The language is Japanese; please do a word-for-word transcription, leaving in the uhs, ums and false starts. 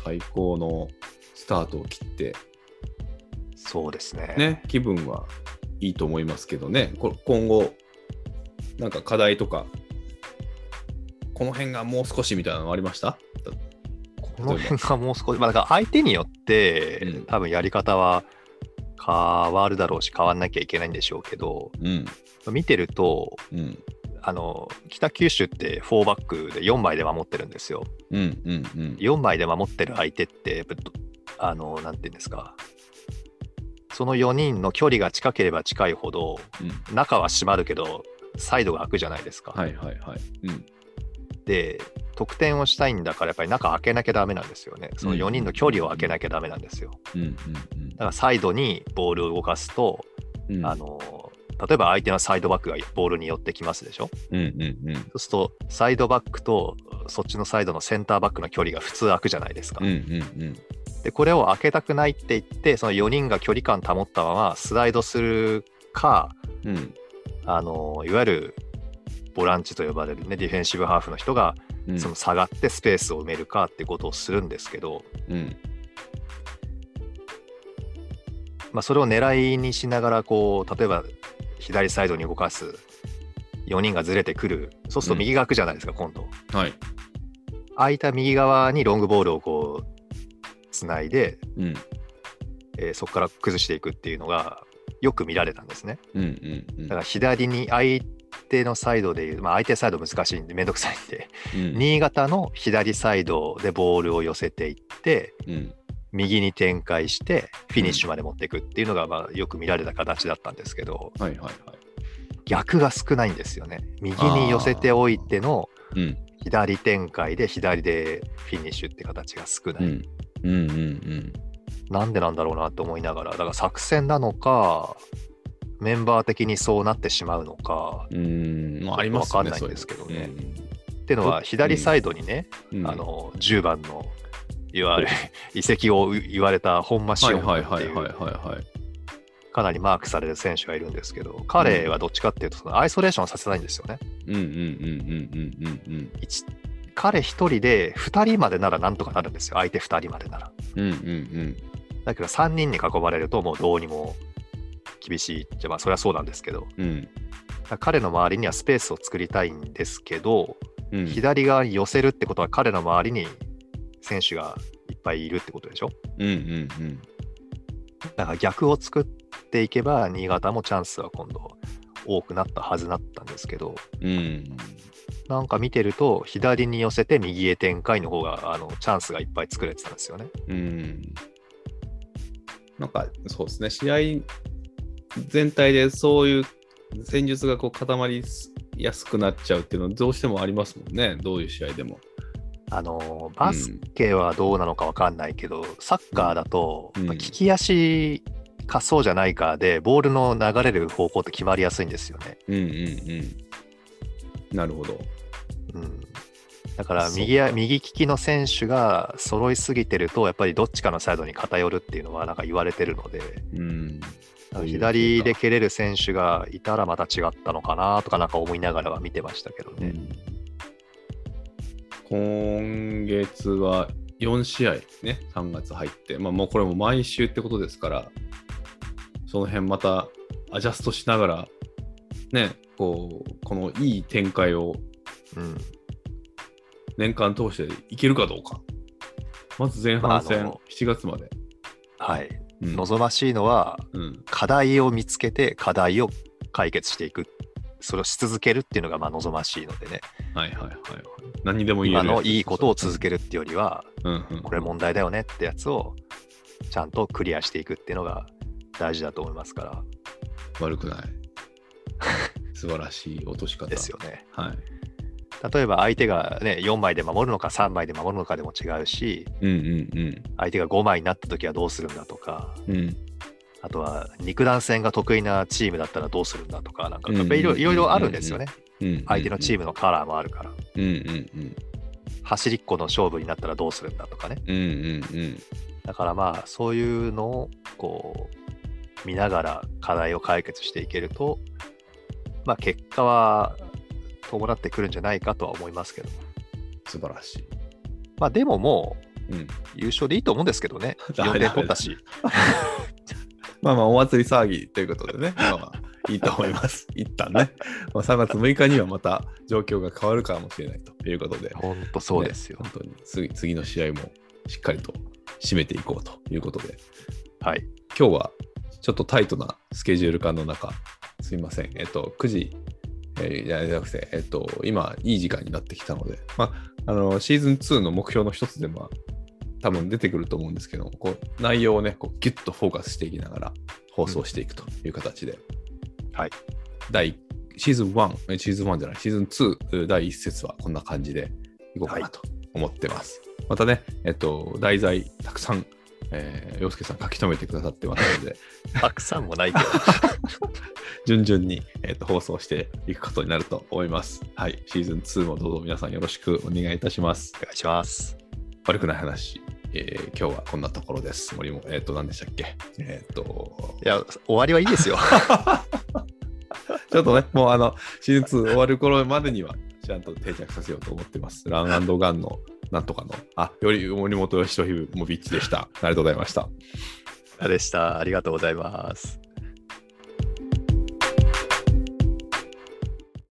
最高のスタートを切って、 そうですね。 ね、気分はいいと思いますけどね、こ今後、なんか課題とか、この辺がもう少しみたいなのありました？ この辺がもう少し、まあ、だから相手によって、うん、多分やり方は変わるだろうし、変わんなきゃいけないんでしょうけど、うん、見てると、うん、あの北九州ってフォーバックでよんまいで守ってるんですよ。うんうんうん、よんまいで守ってる相手って、あのなんていうんですか、そのよにんの距離が近ければ近いほど、うん、中は閉まるけどサイドが開くじゃないですか。 はいはいはい。うん、 で得点をしたいんだからやっぱり中開けなきゃダメなんですよね。そのよにんの距離を開けなきゃダメなんですよ。うんうんうん、だからサイドにボールを動かすと、うん、あの例えば相手のサイドバックがボールに寄ってきますでしょ、うんうんうん、そうするとサイドバックとそっちのサイドのセンターバックの距離が普通開くじゃないですか、うんうんうん、でこれを開けたくないって言ってそのよにんが距離感保ったままスライドするか、うん、あのいわゆるボランチと呼ばれるねディフェンシブハーフの人がその下がってスペースを埋めるかってことをするんですけど、うんまあ、それを狙いにしながらこう例えば左サイドに動かすよにんがずれてくる、そうすると右が開くじゃないですか、うん、今度、はい、空いた右側にロングボールをこうつないで、うんえー、そこから崩していくっていうのがよく見られたんですね、うんうんうん、だから左に相手のサイドでいう、まあ、相手サイド難しいんでめんどくさいんで、うん、新潟の左サイドでボールを寄せていって、うん、右に展開してフィニッシュまで持っていくっていうのがまあよく見られた形だったんですけど、はいはいはい、逆が少ないんですよね。右に寄せておいての左展開で左でフィニッシュって形が少ない、うんうんうんうん、なんでなんだろうなと思いながら、だから作戦なのかメンバー的にそうなってしまうのか、うーん、まあ、ありますよね、分かんないんですけどね。うん、っていうのは左サイドにね、うん、あのじゅうばんのいわゆる移籍を言われた本間紫音っていうかなりマークされる選手がいるんですけど、彼はどっちかっていうとそのアイソレーションさせないんですよね。彼一人でふたりまでならなんとかなるんですよ、相手ふたりまでなら。うんうんうん、だけどさんにんに囲まれるともうどうにも厳しいじゃまあそれはそうなんですけど、うん、彼の周りにはスペースを作りたいんですけど、うん、左側に寄せるってことは彼の周りに選手がいっぱいいるってことでしょ、うんうんうん、だから逆を作っていけば新潟もチャンスは今度多くなったはずだったんですけど、うん、なんか見てると左に寄せて右へ展開の方があのチャンスがいっぱい作れてたんですよね、うん、 なんかそうですね、試合全体でそういう戦術がこう固まりやすくなっちゃうっていうのはどうしてもありますもんね、どういう試合でも。 あのバスケはどうなのか分かんないけど、うん、サッカーだと、うん、利き足かそうじゃないかでボールの流れる方向って決まりやすいんですよね。うんうんうん。 なるほど。 うん、だから右や右利きの選手が揃いすぎてるとやっぱりどっちかのサイドに偏るっていうのはなんか言われてるので。うん左で蹴れる選手がいたらまた違ったのかなとかなんか思いながらは見てましたけどね、 うん、今月はよんしあいね、さんがつ入って、まあ、もうこれも毎週ってことですからその辺またアジャストしながらね、こうこのいい展開を年間通していけるかどうか、まず前半戦、まあ、しちがつまではいうん、望ましいのは、うん、課題を見つけて課題を解決していく、それをし続けるっていうのがまあ望ましいのでね、 はいはいはい、何にでも言える今のいいことを続けるっていうよりは、うんうん、これ問題だよねってやつをちゃんとクリアしていくっていうのが大事だと思いますから。 悪くない素晴らしい落とし方ですよね、 はい。 例えば相手が、ね、よんまいで守るのかさんまいで守るのかでも違うし、うんうんうん、相手がごまいになった時はどうするんだとか、うん、あとは肉弾戦が得意なチームだったらどうするんだとか、なんかやっぱりいろいろあるんですよね、うんうんうん、相手のチームのカラーもあるから、うんうんうん、走りっこの勝負になったらどうするんだとかね、うんうんうん、だからまあそういうのをこう見ながら課題を解決していけると、まあ結果は伴ってくるんじゃないかとは思いますけど。 素晴らしい。 まあでももうん、 優勝でいいと思うんですけどね。よんてん取ったし。 まあまあ、お祭り騒ぎということでね、まあまあ、いいと思います。一旦ね。まあ、さんがつむいかにはまた状況が変わるかもしれないということで。 本当そうですよ。 ね、本当に次、次の試合もしっかりと締めていこうということで。 はい。 今日はちょっとタイトなスケジュール感の中、すみません。えっと、くじ、えー、じゃなくて、えっと、今、いい時間になってきたので、まあ、あの、シーズンツーの目標の一つでも、多分出てくると思うんですけど、こう内容をね、こうギュッとフォーカスしていきながら放送していくという形で、 うん、はい。 第シーズンワン、シーズンワンじゃない、シーズンツーだいいっ節はこんな感じでいこうかなと思ってます。はい、またね、えっと、題材たくさん、えー、陽介さん書き留めてくださってますので、 たくさんもないけど、 順々に、えー、と放送していくことになると思います。はい、シーズンツーもどうぞ皆さんよろしくお願いいたします。 お願いします。 悪くない話。えー、今日はこんなところです。森も、えっ、ー、と、何でしたっけえっ、ー、と。 いや、終わりはいいですよ。 ちょっとね、もうあの、シーズンツー終わる頃までには、ちゃんと定着させようと思ってます。ラン&ガンの、なんとかの、あ、より森本義人もビッチでした。ありがとうございました。 でした。ありがとうございます。